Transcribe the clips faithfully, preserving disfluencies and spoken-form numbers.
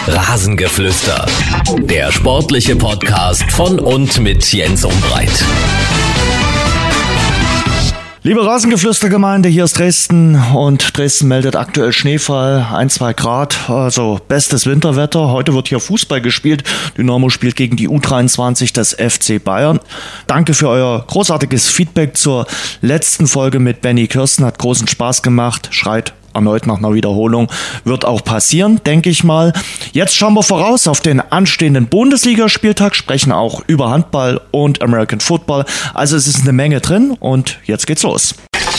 Rasengeflüster, der sportliche Podcast von und mit Jens Umbreit. Liebe Rasengeflüstergemeinde, hier ist Dresden und Dresden meldet aktuell Schneefall, ein, zwei Grad, also bestes Winterwetter. Heute wird hier Fußball gespielt. Dynamo spielt gegen die U dreiundzwanzig des F C Bayern. Danke für euer großartiges Feedback zur letzten Folge mit Benny Kirsten, hat großen Spaß gemacht, schreit erneut nach einer Wiederholung, wird auch passieren, denke ich mal. Jetzt schauen wir voraus auf den anstehenden Bundesligaspieltag, sprechen auch über Handball und American Football. Also es ist eine Menge drin und jetzt geht's los.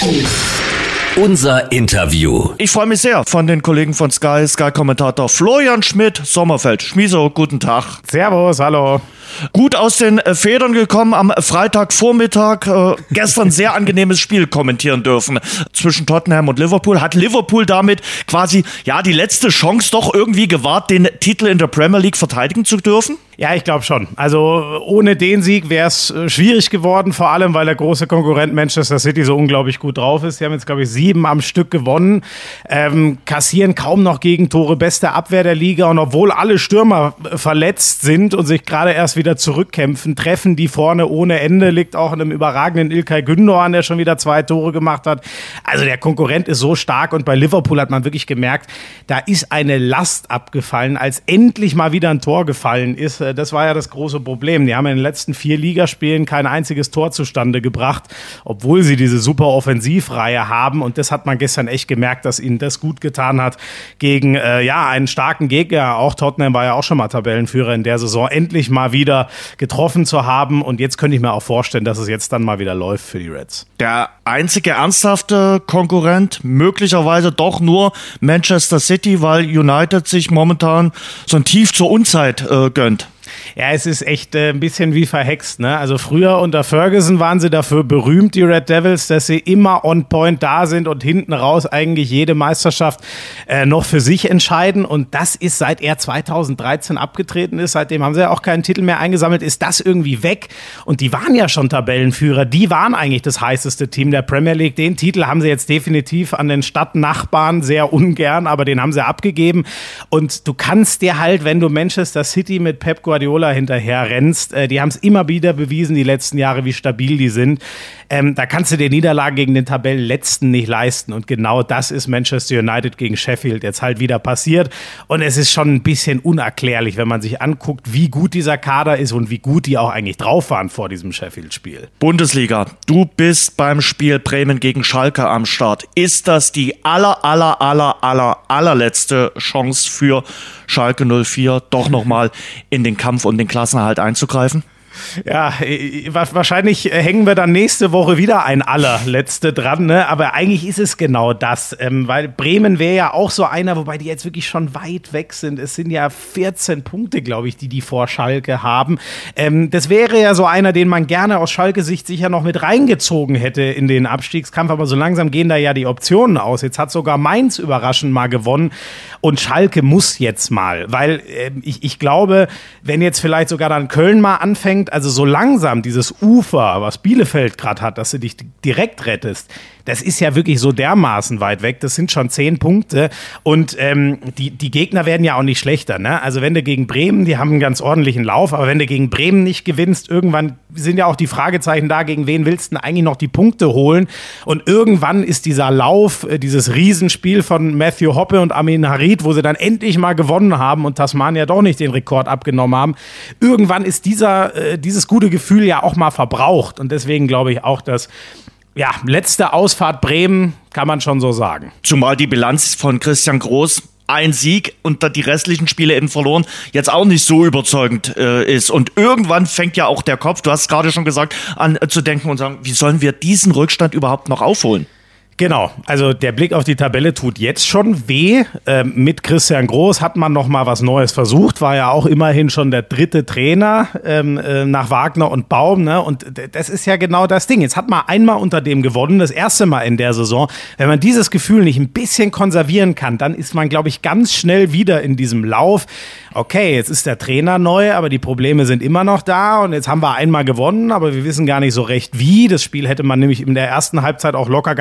Unser Interview. Ich freue mich sehr von den Kollegen von Sky, Sky-Kommentator Florian Schmidt-Sommerfeld. Schmieso, guten Tag. Servus, hallo. Gut aus den Federn gekommen am Freitagvormittag. Äh, gestern sehr angenehmes Spiel kommentieren dürfen zwischen Tottenham und Liverpool. Hat Liverpool damit quasi ja die letzte Chance doch irgendwie gewahrt, den Titel in der Premier League verteidigen zu dürfen? Ja, ich glaube schon. Also ohne den Sieg wäre es schwierig geworden, vor allem weil der große Konkurrent Manchester City so unglaublich gut drauf ist. Die haben jetzt, glaube ich, sieben am Stück gewonnen, ähm, kassieren kaum noch Gegentore, beste Abwehr der Liga. Und obwohl alle Stürmer verletzt sind und sich gerade erst wieder zurückkämpfen, treffen die vorne ohne Ende. Liegt auch in einem überragenden İlkay Gündoğan, der schon wieder zwei Tore gemacht hat. Also der Konkurrent ist so stark und bei Liverpool hat man wirklich gemerkt, da ist eine Last abgefallen, als endlich mal wieder ein Tor gefallen ist. Das war ja das große Problem. Die haben in den letzten vier Ligaspielen kein einziges Tor zustande gebracht, obwohl sie diese super Offensivreihe haben. Und das hat man gestern echt gemerkt, dass ihnen das gut getan hat gegen äh, ja einen starken Gegner. Auch Tottenham war ja auch schon mal Tabellenführer in der Saison. Endlich mal wieder getroffen zu haben. Und jetzt könnte ich mir auch vorstellen, dass es jetzt dann mal wieder läuft für die Reds. Der einzige ernsthafte Konkurrent möglicherweise doch nur Manchester City, weil United sich momentan so ein Tief zur Unzeit äh, gönnt. Ja, es ist echt äh, ein bisschen wie verhext, ne? Also früher unter Ferguson waren sie dafür berühmt, die Red Devils, dass sie immer on point da sind und hinten raus eigentlich jede Meisterschaft äh, noch für sich entscheiden. Und das ist, seit er zweitausenddreizehn abgetreten ist, seitdem haben sie ja auch keinen Titel mehr eingesammelt, ist das irgendwie weg. Und die waren ja schon Tabellenführer, die waren eigentlich das heißeste Team der Premier League. Den Titel haben sie jetzt definitiv an den Stadtnachbarn sehr ungern, aber den haben sie abgegeben. Und du kannst dir halt, wenn du Manchester City mit Pep Guardiola hinterher rennst, äh, die haben es immer wieder bewiesen, die letzten Jahre, wie stabil die sind. Ähm, da kannst du dir Niederlagen gegen den Tabellenletzten nicht leisten. Und genau das ist Manchester United gegen Sheffield jetzt halt wieder passiert. Und es ist schon ein bisschen unerklärlich, wenn man sich anguckt, wie gut dieser Kader ist und wie gut die auch eigentlich drauf waren vor diesem Sheffield-Spiel. Bundesliga, du bist beim Spiel Bremen gegen Schalke am Start. Ist das die aller, aller, aller, aller, allerletzte Chance für Schalke null vier, doch nochmal in den Kampf um den Klassenerhalt einzugreifen? Ja, wahrscheinlich hängen wir dann nächste Woche wieder ein allerletzte dran, ne? Aber eigentlich ist es genau das, ähm, weil Bremen wäre ja auch so einer, wobei die jetzt wirklich schon weit weg sind. Es sind ja vierzehn Punkte, glaube ich, die die vor Schalke haben. Ähm, das wäre ja so einer, den man gerne aus Schalke-Sicht sicher noch mit reingezogen hätte in den Abstiegskampf, aber so langsam gehen da ja die Optionen aus. Jetzt hat sogar Mainz überraschend mal gewonnen und Schalke muss jetzt mal, weil äh, ich, ich glaube, wenn jetzt vielleicht sogar dann Köln mal anfängt, also so langsam dieses Ufer, was Bielefeld gerade hat, dass du dich direkt rettest, das ist ja wirklich so dermaßen weit weg. Das sind schon zehn Punkte und ähm, die, die Gegner werden ja auch nicht schlechter, ne? Also wenn du gegen Bremen, die haben einen ganz ordentlichen Lauf, aber wenn du gegen Bremen nicht gewinnst, irgendwann sind ja auch die Fragezeichen da, gegen wen willst du denn eigentlich noch die Punkte holen? Und irgendwann ist dieser Lauf, dieses Riesenspiel von Matthew Hoppe und Amin Harit, wo sie dann endlich mal gewonnen haben und Tasmania doch nicht den Rekord abgenommen haben, irgendwann ist dieser, äh, dieses gute Gefühl ja auch mal verbraucht. Und deswegen glaube ich auch, dass ja, letzte Ausfahrt Bremen, kann man schon so sagen. Zumal die Bilanz von Christian Groß, ein Sieg und die restlichen Spiele eben verloren, jetzt auch nicht so überzeugend äh, ist. Und irgendwann fängt ja auch der Kopf, du hast es gerade schon gesagt, an äh, zu denken und sagen, wie sollen wir diesen Rückstand überhaupt noch aufholen? Genau, also der Blick auf die Tabelle tut jetzt schon weh. Ähm, mit Christian Groß hat man noch mal was Neues versucht, war ja auch immerhin schon der dritte Trainer ähm, äh, nach Wagner und Baum, ne? Und d- das ist ja genau das Ding. Jetzt hat man einmal unter dem gewonnen, das erste Mal in der Saison. Wenn man dieses Gefühl nicht ein bisschen konservieren kann, dann ist man, glaube ich, ganz schnell wieder in diesem Lauf. Okay, jetzt ist der Trainer neu, aber die Probleme sind immer noch da und jetzt haben wir einmal gewonnen, aber wir wissen gar nicht so recht wie. Das Spiel hätte man nämlich in der ersten Halbzeit auch locker ganz anders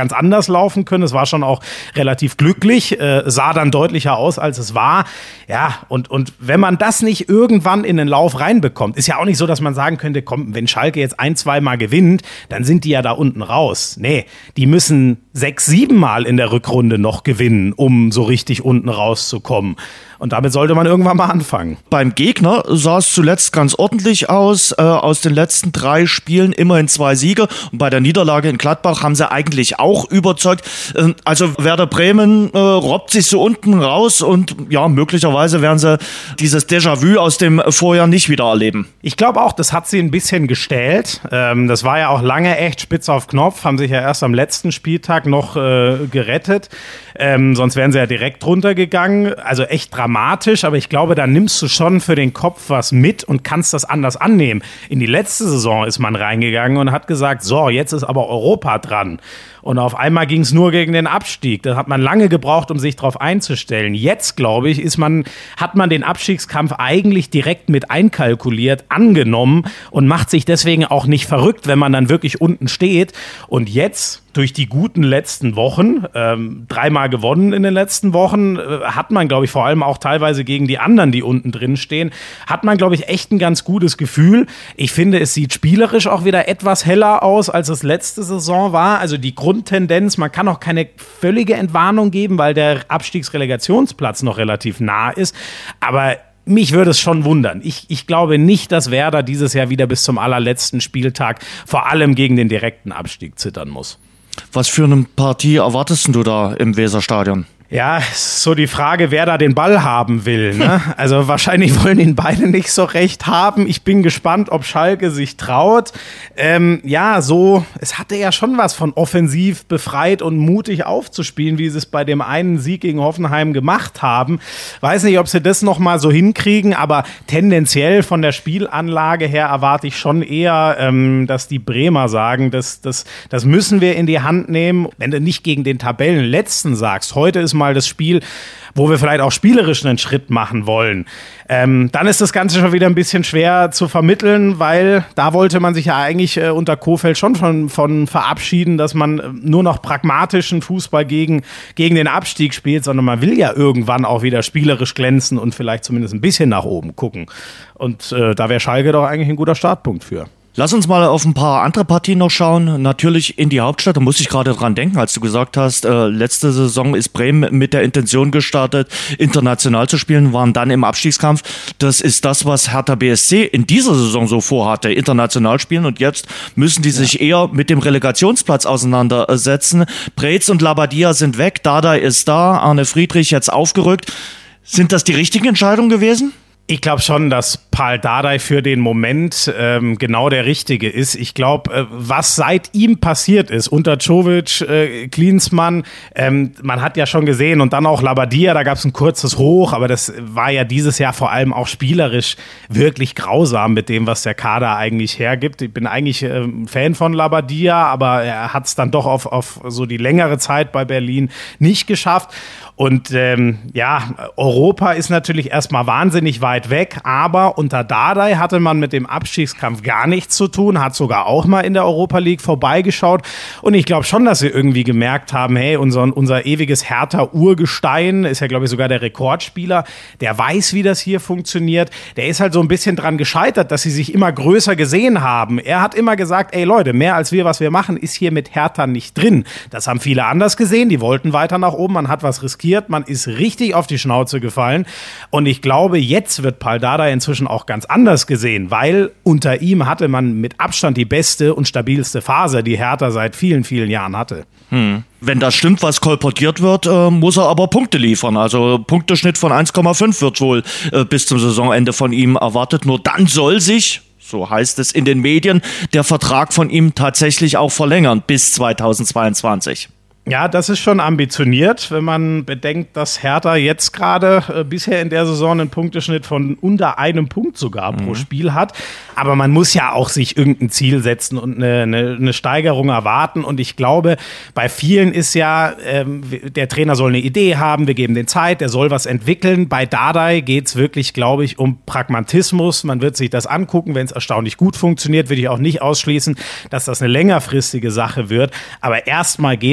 anders laufen können. Es war schon auch relativ glücklich, äh, sah dann deutlicher aus, als es war. Ja, und, und wenn man das nicht irgendwann in den Lauf reinbekommt, ist ja auch nicht so, dass man sagen könnte, komm, wenn Schalke jetzt ein, zwei Mal gewinnt, dann sind die ja da unten raus. Nee, die müssen sechs, sieben Mal in der Rückrunde noch gewinnen, um so richtig unten rauszukommen. Und damit sollte man irgendwann mal anfangen. Beim Gegner sah es zuletzt ganz ordentlich aus. Äh, aus den letzten drei Spielen immerhin zwei Siege. Und bei der Niederlage in Gladbach haben sie eigentlich auch überzeugt. Äh, also Werder Bremen äh, robbt sich so unten raus und ja, möglicherweise werden sie dieses Déjà-vu aus dem Vorjahr nicht wieder erleben. Ich glaube auch, das hat sie ein bisschen gestählt. Ähm, das war ja auch lange echt spitz auf Knopf, haben sich ja erst am letzten Spieltag noch äh, gerettet. Ähm, sonst wären sie ja direkt runtergegangen. Also echt dramatisch, aber ich glaube, da nimmst du schon für den Kopf was mit und kannst das anders annehmen. In die letzte Saison ist man reingegangen und hat gesagt, so, jetzt ist aber Europa dran. Und auf einmal ging es nur gegen den Abstieg. Da hat man lange gebraucht, um sich darauf einzustellen. Jetzt, glaube ich, ist man, hat man den Abstiegskampf eigentlich direkt mit einkalkuliert, angenommen und macht sich deswegen auch nicht verrückt, wenn man dann wirklich unten steht. Und jetzt, durch die guten letzten Wochen, ähm, dreimal gewonnen in den letzten Wochen, äh, hat man, glaube ich, vor allem auch teilweise gegen die anderen, die unten drin stehen, hat man, glaube ich, echt ein ganz gutes Gefühl. Ich finde, es sieht spielerisch auch wieder etwas heller aus, als es letzte Saison war. Also die Grundtendenz, man kann auch keine völlige Entwarnung geben, weil der Abstiegsrelegationsplatz noch relativ nah ist. Aber mich würde es schon wundern. Ich, ich glaube nicht, dass Werder dieses Jahr wieder bis zum allerletzten Spieltag vor allem gegen den direkten Abstieg zittern muss. Was für eine Partie erwartest du da im Weserstadion? Ja, ist so die Frage, wer da den Ball haben will. Ne? Also wahrscheinlich wollen ihn beide nicht so recht haben. Ich bin gespannt, ob Schalke sich traut. Ähm, ja, so, es hatte ja schon was von offensiv befreit und mutig aufzuspielen, wie sie es bei dem einen Sieg gegen Hoffenheim gemacht haben. Weiß nicht, ob sie das nochmal so hinkriegen, aber tendenziell von der Spielanlage her erwarte ich schon eher, ähm, dass die Bremer sagen, das, das, das müssen wir in die Hand nehmen. Wenn du nicht gegen den Tabellenletzten sagst, heute ist mal das Spiel, wo wir vielleicht auch spielerisch einen Schritt machen wollen, ähm, dann ist das Ganze schon wieder ein bisschen schwer zu vermitteln, weil da wollte man sich ja eigentlich äh, unter Kohfeldt schon von, von verabschieden, dass man äh, nur noch pragmatischen Fußball gegen, gegen den Abstieg spielt, sondern man will ja irgendwann auch wieder spielerisch glänzen und vielleicht zumindest ein bisschen nach oben gucken. Und äh, da wäre Schalke doch eigentlich ein guter Startpunkt für. Lass uns mal auf ein paar andere Partien noch schauen. Natürlich in die Hauptstadt, da muss ich gerade dran denken, als du gesagt hast, äh, letzte Saison ist Bremen mit der Intention gestartet, international zu spielen, waren dann im Abstiegskampf. Das ist das, was Hertha B S C in dieser Saison so vorhatte, international spielen, und jetzt müssen die sich ja. eher mit dem Relegationsplatz auseinandersetzen. Preetz und Labadia sind weg, Dardai ist da, Arne Friedrich jetzt aufgerückt. Sind das die richtigen Entscheidungen gewesen? Ich glaube schon, dass Pal Dardai für den Moment ähm, genau der Richtige ist. Ich glaube, äh, was seit ihm passiert ist, unter Čović, äh, Klinsmann, ähm, man hat ja schon gesehen, und dann auch Labadia, da gab es ein kurzes Hoch, aber das war ja dieses Jahr vor allem auch spielerisch wirklich grausam mit dem, was der Kader eigentlich hergibt. Ich bin eigentlich äh, Fan von Labadia, aber er hat es dann doch auf, auf so die längere Zeit bei Berlin nicht geschafft. Und ähm, ja, Europa ist natürlich erstmal wahnsinnig weit weg, aber unter Dardai hatte man mit dem Abstiegskampf gar nichts zu tun, hat sogar auch mal in der Europa League vorbeigeschaut. Und ich glaube schon, dass sie irgendwie gemerkt haben, hey, unser, unser ewiges Hertha-Urgestein ist ja, glaube ich, sogar der Rekordspieler, der weiß, wie das hier funktioniert. Der ist halt so ein bisschen dran gescheitert, dass sie sich immer größer gesehen haben. Er hat immer gesagt, ey Leute, mehr als wir, was wir machen, ist hier mit Hertha nicht drin. Das haben viele anders gesehen, die wollten weiter nach oben, man hat was riskiert. Man ist richtig auf die Schnauze gefallen, und ich glaube, jetzt wird Pal Dardai inzwischen auch ganz anders gesehen, weil unter ihm hatte man mit Abstand die beste und stabilste Phase, die Hertha seit vielen, vielen Jahren hatte. Hm. Wenn das stimmt, was kolportiert wird, äh, muss er aber Punkte liefern. Also Punkteschnitt von eins Komma fünf wird wohl äh, bis zum Saisonende von ihm erwartet. Nur dann soll sich, so heißt es in den Medien, der Vertrag von ihm tatsächlich auch verlängern bis zweitausendzweiundzwanzig. Ja, das ist schon ambitioniert, wenn man bedenkt, dass Hertha jetzt gerade äh, bisher in der Saison einen Punkteschnitt von unter einem Punkt sogar mhm. pro Spiel hat. Aber man muss ja auch sich irgendein Ziel setzen und eine, eine, eine Steigerung erwarten. Und ich glaube, bei vielen ist ja, ähm, der Trainer soll eine Idee haben, wir geben den Zeit, der soll was entwickeln. Bei Dardai geht's wirklich, glaube ich, um Pragmatismus. Man wird sich das angucken, wenn es erstaunlich gut funktioniert, würde ich auch nicht ausschließen, dass das eine längerfristige Sache wird. Aber erstmal geht's wirklich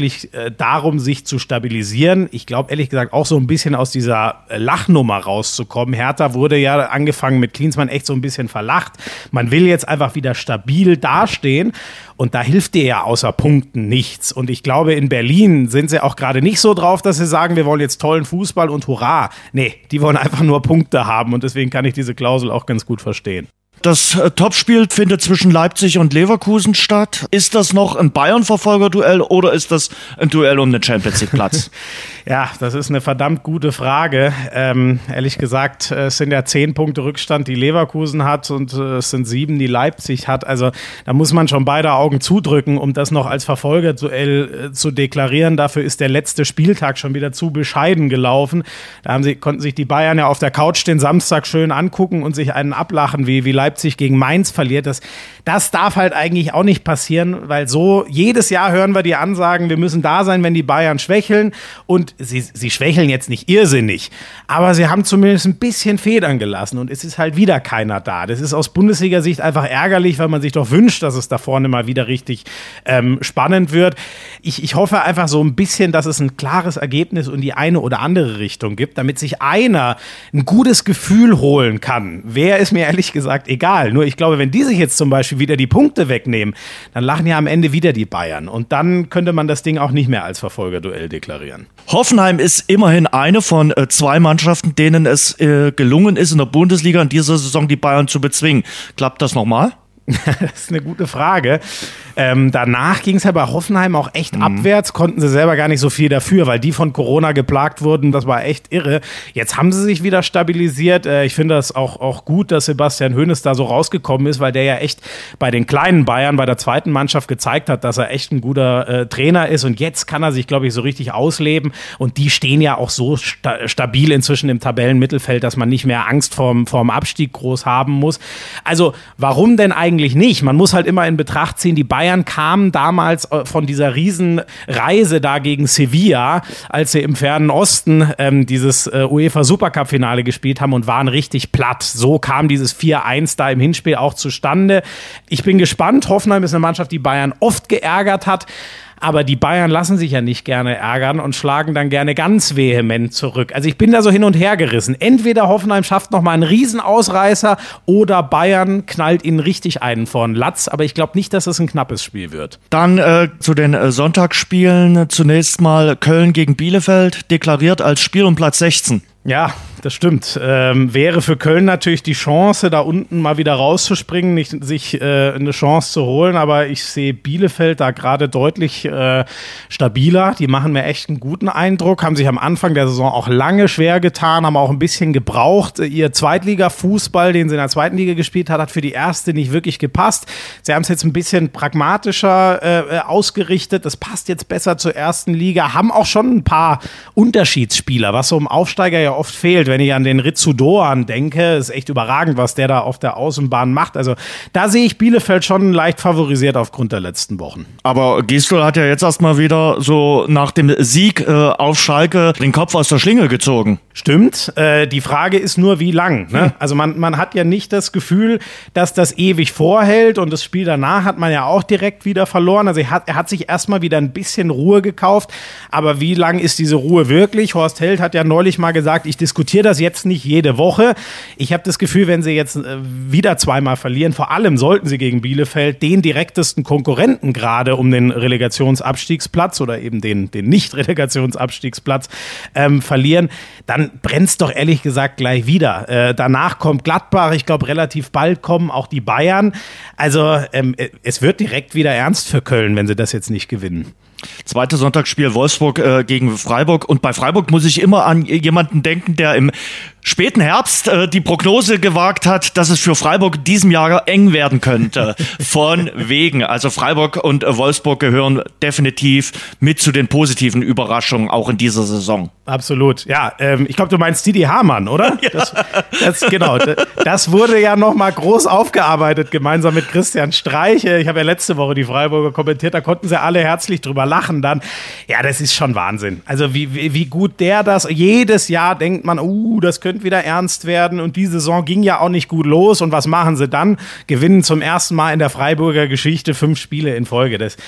wirklich äh, darum, sich zu stabilisieren. Ich glaube, ehrlich gesagt, auch so ein bisschen aus dieser äh, Lachnummer rauszukommen. Hertha wurde ja angefangen mit Klinsmann echt so ein bisschen verlacht. Man will jetzt einfach wieder stabil dastehen. Und da hilft dir ja außer Punkten nichts. Und ich glaube, in Berlin sind sie auch gerade nicht so drauf, dass sie sagen, wir wollen jetzt tollen Fußball und hurra. Nee, die wollen einfach nur Punkte haben. Und deswegen kann ich diese Klausel auch ganz gut verstehen. Das äh, Topspiel findet zwischen Leipzig und Leverkusen statt. Ist das noch ein Bayern-Verfolger-Duell oder ist das ein Duell um den Champions-League-Platz? Ja, das ist eine verdammt gute Frage. Ähm, ehrlich gesagt, es sind ja zehn Punkte Rückstand, die Leverkusen hat und äh, es sind sieben, die Leipzig hat. Also da muss man schon beide Augen zudrücken, um das noch als Verfolgerduell äh, zu deklarieren. Dafür ist der letzte Spieltag schon wieder zu bescheiden gelaufen. Da haben sie, konnten sich die Bayern ja auf der Couch den Samstag schön angucken und sich einen ablachen, wie, wie Leipzig gegen Mainz verliert. Das, das darf halt eigentlich auch nicht passieren, weil so jedes Jahr hören wir die Ansagen, wir müssen da sein, wenn die Bayern schwächeln. Und sie, sie schwächeln jetzt nicht irrsinnig, aber sie haben zumindest ein bisschen Federn gelassen und es ist halt wieder keiner da. Das ist aus Bundesliga-Sicht einfach ärgerlich, weil man sich doch wünscht, dass es da vorne mal wieder richtig ähm, spannend wird. Ich, ich hoffe einfach so ein bisschen, dass es ein klares Ergebnis in die eine oder andere Richtung gibt, damit sich einer ein gutes Gefühl holen kann. Wer ist mir ehrlich gesagt egal. Nur ich glaube, wenn die sich jetzt zum Beispiel wieder die Punkte wegnehmen, dann lachen ja am Ende wieder die Bayern und dann könnte man das Ding auch nicht mehr als Verfolgerduell deklarieren. Hoffenheim ist immerhin eine von äh, zwei Mannschaften, denen es äh, gelungen ist, in der Bundesliga in dieser Saison die Bayern zu bezwingen. Klappt das nochmal? Das ist eine gute Frage. Ähm, danach ging es ja bei Hoffenheim auch echt mhm. abwärts, konnten sie selber gar nicht so viel dafür, weil die von Corona geplagt wurden, das war echt irre. Jetzt haben sie sich wieder stabilisiert. Äh, ich finde das auch, auch gut, dass Sebastian Hoeneß da so rausgekommen ist, weil der ja echt bei den kleinen Bayern, bei der zweiten Mannschaft gezeigt hat, dass er echt ein guter äh, Trainer ist und jetzt kann er sich, glaube ich, so richtig ausleben und die stehen ja auch so sta- stabil inzwischen im Tabellenmittelfeld, dass man nicht mehr Angst vorm, vorm Abstieg groß haben muss. Also warum denn eigentlich nicht? Man muss halt immer in Betracht ziehen, die Bayern Bayern kamen damals von dieser Riesenreise da gegen Sevilla, als sie im fernen Osten ähm, dieses äh, UEFA-Supercup-Finale gespielt haben und waren richtig platt. So kam dieses vier eins da im Hinspiel auch zustande. Ich bin gespannt. Hoffenheim ist eine Mannschaft, die Bayern oft geärgert hat. Aber die Bayern lassen sich ja nicht gerne ärgern und schlagen dann gerne ganz vehement zurück. Also ich bin da so hin und her gerissen. Entweder Hoffenheim schafft nochmal einen Riesenausreißer oder Bayern knallt ihnen richtig einen vor den Latz. Aber ich glaube nicht, dass es ein knappes Spiel wird. Dann äh, zu den äh, Sonntagsspielen. Zunächst mal Köln gegen Bielefeld, deklariert als Spiel um Platz sechzehn. Ja, das stimmt. Ähm, wäre für Köln natürlich die Chance, da unten mal wieder rauszuspringen, nicht sich äh, eine Chance zu holen, aber ich sehe Bielefeld da gerade deutlich äh, stabiler. Die machen mir echt einen guten Eindruck, haben sich am Anfang der Saison auch lange schwer getan, haben auch ein bisschen gebraucht. Ihr Zweitliga-Fußball, den sie in der zweiten Liga gespielt hat, hat für die erste nicht wirklich gepasst. Sie haben es jetzt ein bisschen pragmatischer äh, ausgerichtet. Das passt jetzt besser zur ersten Liga, haben auch schon ein paar Unterschiedsspieler, was so im Aufsteiger ja oft fehlt. Wenn ich an den Ritsu Doan denke, ist echt überragend, was der da auf der Außenbahn macht. Also da sehe ich Bielefeld schon leicht favorisiert aufgrund der letzten Wochen. Aber Gisdol hat ja jetzt erstmal wieder so nach dem Sieg äh, auf Schalke den Kopf aus der Schlinge gezogen. Stimmt. Äh, die Frage ist nur, wie lang. Ne? Hm. Also man, man hat ja nicht das Gefühl, dass das ewig vorhält und das Spiel danach hat man ja auch direkt wieder verloren. Also er hat, er hat sich erstmal wieder ein bisschen Ruhe gekauft. Aber wie lang ist diese Ruhe wirklich? Horst Held hat ja neulich mal gesagt, ich diskutiere das jetzt nicht jede Woche. Ich habe das Gefühl, wenn sie jetzt äh, wieder zweimal verlieren, vor allem sollten sie gegen Bielefeld den direktesten Konkurrenten gerade um den Relegationsabstiegsplatz oder eben den, den Nicht-Relegationsabstiegsplatz ähm, verlieren, dann brennt es doch ehrlich gesagt gleich wieder. Äh, danach kommt Gladbach, ich glaube relativ bald kommen auch die Bayern. Also ähm, es wird direkt wieder ernst für Köln, wenn sie das jetzt nicht gewinnen. Zweites Sonntagsspiel Wolfsburg äh, gegen Freiburg. Und bei Freiburg muss ich immer an jemanden denken, der im späten Herbst äh, die Prognose gewagt hat, dass es für Freiburg diesem Jahr eng werden könnte. Von wegen. Also Freiburg und äh, Wolfsburg gehören definitiv mit zu den positiven Überraschungen auch in dieser Saison. Absolut. Ja, ähm, ich glaube, du meinst Didi Hamann, oder? Ja. Das, das, genau. Das wurde ja nochmal groß aufgearbeitet, gemeinsam mit Christian Streich. Ich habe ja letzte Woche die Freiburger kommentiert, da konnten sie alle herzlich drüber lachen dann. Ja, das ist schon Wahnsinn. Also wie, wie, wie gut der das, jedes Jahr denkt man, uh, das könnte wieder ernst werden und die Saison ging ja auch nicht gut los und was machen sie dann? Gewinnen zum ersten Mal in der Freiburger Geschichte fünf Spiele in Folge. Das,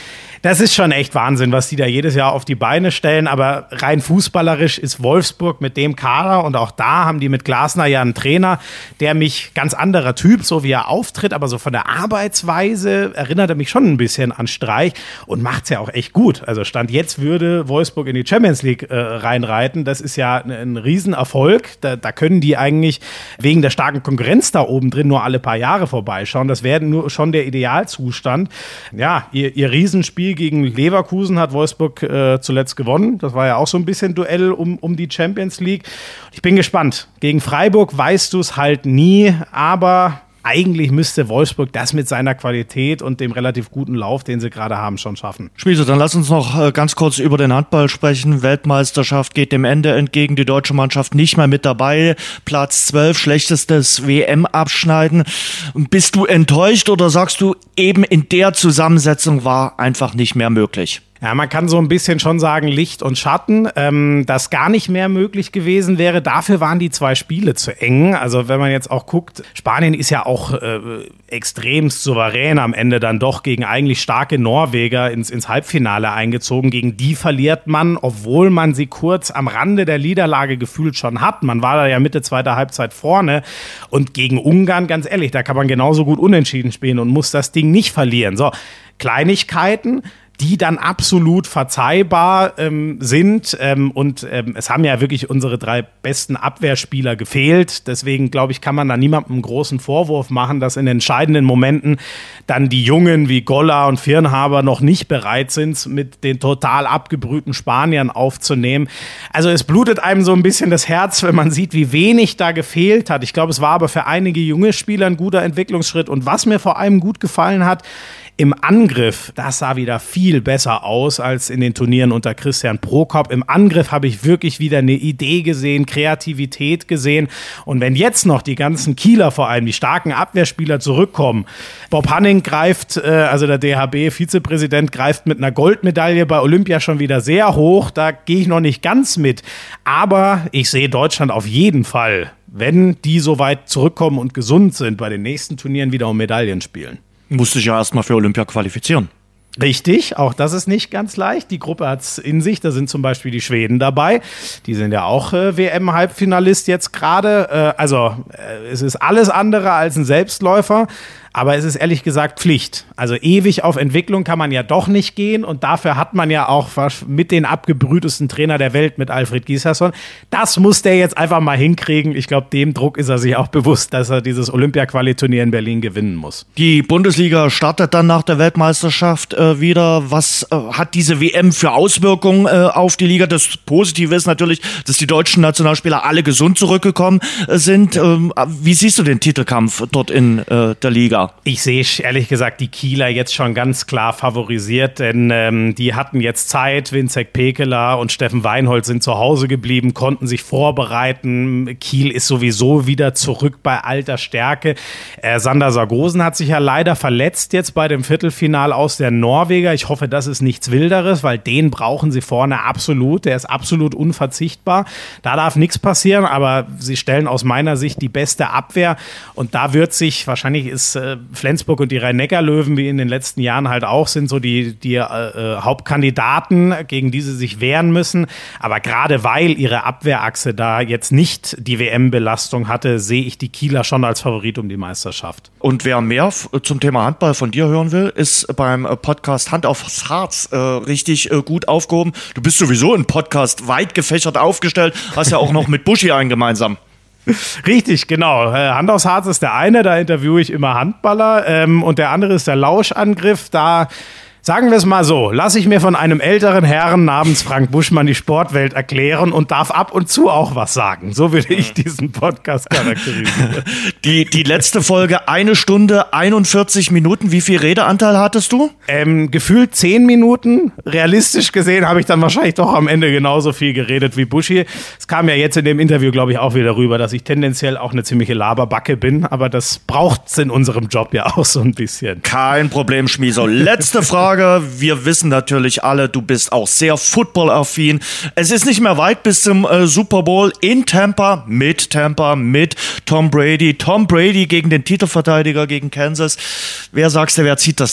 Das ist schon echt Wahnsinn, was die da jedes Jahr auf die Beine stellen. Aber rein fußballerisch ist Wolfsburg mit dem Kader und auch da haben die mit Glasner ja einen Trainer, der mich ganz anderer Typ, so wie er auftritt, aber so von der Arbeitsweise erinnert er mich schon ein bisschen an Streich und macht es ja auch echt gut. Also Stand jetzt würde Wolfsburg in die Champions League äh, reinreiten. Das ist ja ein, ein Riesenerfolg. Da, da können die eigentlich wegen der starken Konkurrenz da oben drin nur alle paar Jahre vorbeischauen. Das wäre nur schon der Idealzustand. Ja, ihr, ihr Riesenspiel gegen Leverkusen hat Wolfsburg äh, zuletzt gewonnen. Das war ja auch so ein bisschen Duell um, um die Champions League. Ich bin gespannt. Gegen Freiburg weißt du es halt nie, aber eigentlich müsste Wolfsburg das mit seiner Qualität und dem relativ guten Lauf, den sie gerade haben, schon schaffen. Schmiese, dann lass uns noch ganz kurz über den Handball sprechen. Weltmeisterschaft geht dem Ende entgegen, die deutsche Mannschaft nicht mehr mit dabei. Platz zwölf, schlechtestes W M-Abschneiden. Bist du enttäuscht oder sagst du, eben in der Zusammensetzung war einfach nicht mehr möglich? Ja, man kann so ein bisschen schon sagen, Licht und Schatten, ähm, dass gar nicht mehr möglich gewesen wäre. Dafür waren die zwei Spiele zu eng. Also wenn man jetzt auch guckt, Spanien ist ja auch äh, extremst souverän am Ende dann doch gegen eigentlich starke Norweger ins, ins Halbfinale eingezogen. Gegen die verliert man, obwohl man sie kurz am Rande der Niederlage gefühlt schon hat. Man war da ja Mitte zweiter Halbzeit vorne. Und gegen Ungarn, ganz ehrlich, da kann man genauso gut unentschieden spielen und muss das Ding nicht verlieren. So, Kleinigkeiten, die dann absolut verzeihbar ähm, sind. Ähm, und ähm, es haben ja wirklich unsere drei besten Abwehrspieler gefehlt. Deswegen, glaube ich, kann man da niemandem einen großen Vorwurf machen, dass in entscheidenden Momenten dann die Jungen wie Golla und Firnhaber noch nicht bereit sind, mit den total abgebrühten Spaniern aufzunehmen. Also es blutet einem so ein bisschen das Herz, wenn man sieht, wie wenig da gefehlt hat. Ich glaube, es war aber für einige junge Spieler ein guter Entwicklungsschritt. Und was mir vor allem gut gefallen hat, im Angriff, das sah wieder viel besser aus als in den Turnieren unter Christian Prokop. Im Angriff habe ich wirklich wieder eine Idee gesehen, Kreativität gesehen. Und wenn jetzt noch die ganzen Kieler, vor allem die starken Abwehrspieler zurückkommen, Bob Hanning greift, äh, also der D H B-Vizepräsident, greift mit einer Goldmedaille bei Olympia schon wieder sehr hoch. Da gehe ich noch nicht ganz mit. Aber ich sehe Deutschland auf jeden Fall, wenn die so weit zurückkommen und gesund sind, bei den nächsten Turnieren wieder um Medaillen spielen. Musste ich ja erstmal für Olympia qualifizieren. Richtig, auch das ist nicht ganz leicht. Die Gruppe hat es in sich, da sind zum Beispiel die Schweden dabei. Die sind ja auch äh, W M-Halbfinalist jetzt gerade. Äh, also äh, es ist alles andere als ein Selbstläufer. Aber es ist ehrlich gesagt Pflicht. Also ewig auf Entwicklung kann man ja doch nicht gehen. Und dafür hat man ja auch mit den abgebrühtesten Trainer der Welt, mit Alfred Gislason. Das muss der jetzt einfach mal hinkriegen. Ich glaube, dem Druck ist er sich auch bewusst, dass er dieses Olympia-Quali-Turnier in Berlin gewinnen muss. Die Bundesliga startet dann nach der Weltmeisterschaft äh, wieder. Was äh, hat diese W M für Auswirkungen äh, auf die Liga? Das Positive ist natürlich, dass die deutschen Nationalspieler alle gesund zurückgekommen äh, sind. Ähm, wie siehst du den Titelkampf dort in äh, der Liga? Ich sehe ehrlich gesagt die Kieler jetzt schon ganz klar favorisiert, denn ähm, die hatten jetzt Zeit. Vincent Pekela und Steffen Weinhold sind zu Hause geblieben, konnten sich vorbereiten. Kiel ist sowieso wieder zurück bei alter Stärke. Äh, Sander Sargosen hat sich ja leider verletzt jetzt bei dem Viertelfinal aus der Norweger. Ich hoffe, das ist nichts Wilderes, weil den brauchen sie vorne absolut. Der ist absolut unverzichtbar. Da darf nichts passieren, aber sie stellen aus meiner Sicht die beste Abwehr. Und da wird sich, wahrscheinlich ist äh, Flensburg und die Rhein-Neckar-Löwen, wie in den letzten Jahren halt auch, sind so die, die äh, Hauptkandidaten, gegen die sie sich wehren müssen. Aber gerade weil ihre Abwehrachse da jetzt nicht die W M-Belastung hatte, sehe ich die Kieler schon als Favorit um die Meisterschaft. Und wer mehr f- zum Thema Handball von dir hören will, ist beim Podcast Hand aufs Harz äh, richtig äh, gut aufgehoben. Du bist sowieso im Podcast weit gefächert aufgestellt, hast ja auch noch mit Buschi einen gemeinsam. Richtig, genau. Hand aufs Harz ist der eine, da interviewe ich immer Handballer, ähm, und der andere ist der Lauschangriff. Da sagen wir es mal so, lasse ich mir von einem älteren Herrn namens Frank Buschmann die Sportwelt erklären und darf ab und zu auch was sagen. So würde ich diesen Podcast charakterisieren. Die, die letzte Folge, eine Stunde, einundvierzig Minuten. Wie viel Redeanteil hattest du? Ähm, gefühlt zehn Minuten. Realistisch gesehen habe ich dann wahrscheinlich doch am Ende genauso viel geredet wie Buschi. Es kam ja jetzt in dem Interview, glaube ich, auch wieder rüber, dass ich tendenziell auch eine ziemliche Laberbacke bin. Aber das braucht es in unserem Job ja auch so ein bisschen. Kein Problem, Schmieso. Letzte Frage. Wir wissen natürlich alle, du bist auch sehr footballaffin. Es ist nicht mehr weit bis zum äh, Super Bowl in Tampa, mit Tampa, mit Tom Brady. Tom Brady gegen den Titelverteidiger, gegen Kansas. Wer sagst du, wer zieht das Ding?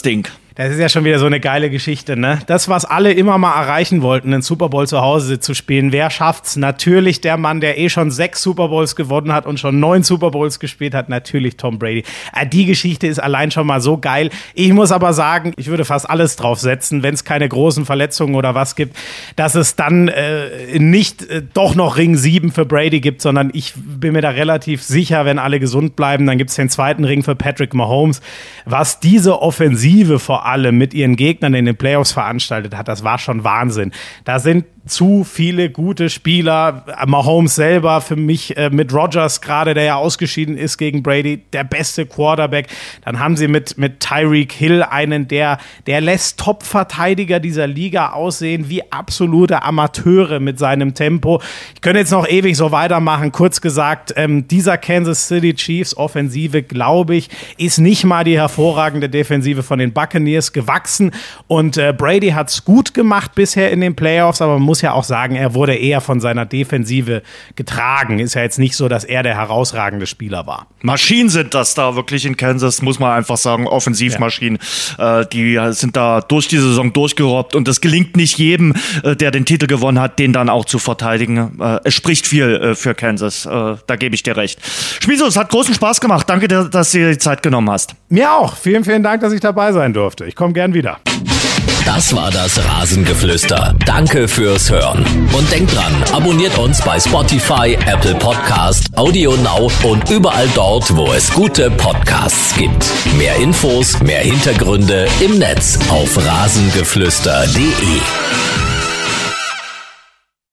Das ist ja schon wieder so eine geile Geschichte, ne? Das, was alle immer mal erreichen wollten, einen Super Bowl zu Hause zu spielen, wer schafft's? Natürlich der Mann, der eh schon sechs Super Bowls gewonnen hat und schon neun Super Bowls gespielt hat, natürlich Tom Brady. Die Geschichte ist allein schon mal so geil. Ich muss aber sagen, ich würde fast alles drauf setzen, wenn es keine großen Verletzungen oder was gibt, dass es dann äh, nicht äh, doch noch Ring sieben für Brady gibt, sondern ich bin mir da relativ sicher, wenn alle gesund bleiben, dann gibt es den zweiten Ring für Patrick Mahomes. Was diese Offensive vor allem mit ihren Gegnern in den Playoffs veranstaltet hat, das war schon Wahnsinn. Da sind zu viele gute Spieler. Mahomes selber für mich äh, mit Rodgers gerade, der ja ausgeschieden ist gegen Brady, der beste Quarterback. Dann haben sie mit, mit Tyreek Hill einen, der, der lässt Top-Verteidiger dieser Liga aussehen wie absolute Amateure mit seinem Tempo. Ich könnte jetzt noch ewig so weitermachen. Kurz gesagt, ähm, dieser Kansas City Chiefs Offensive, glaube ich, ist nicht mal die hervorragende Defensive von den Buccaneers gewachsen. Und äh, Brady hat es gut gemacht bisher in den Playoffs, aber man muss ja auch sagen, er wurde eher von seiner Defensive getragen. Ist ja jetzt nicht so, dass er der herausragende Spieler war. Maschinen sind das da wirklich in Kansas, muss man einfach sagen, Offensivmaschinen. Ja. Äh, die sind da durch die Saison durchgerobbt und es gelingt nicht jedem, äh, der den Titel gewonnen hat, den dann auch zu verteidigen. Äh, es spricht viel äh, für Kansas, äh, da gebe ich dir recht. Schmieso, es hat großen Spaß gemacht. Danke dir, dass du dir die Zeit genommen hast. Mir auch. Vielen, vielen Dank, dass ich dabei sein durfte. Ich komme gern wieder. Das war das Rasengeflüster. Danke fürs Hören. Und denkt dran, abonniert uns bei Spotify, Apple Podcast, Audio Now und überall dort, wo es gute Podcasts gibt. Mehr Infos, mehr Hintergründe im Netz auf rasengeflüster punkt de.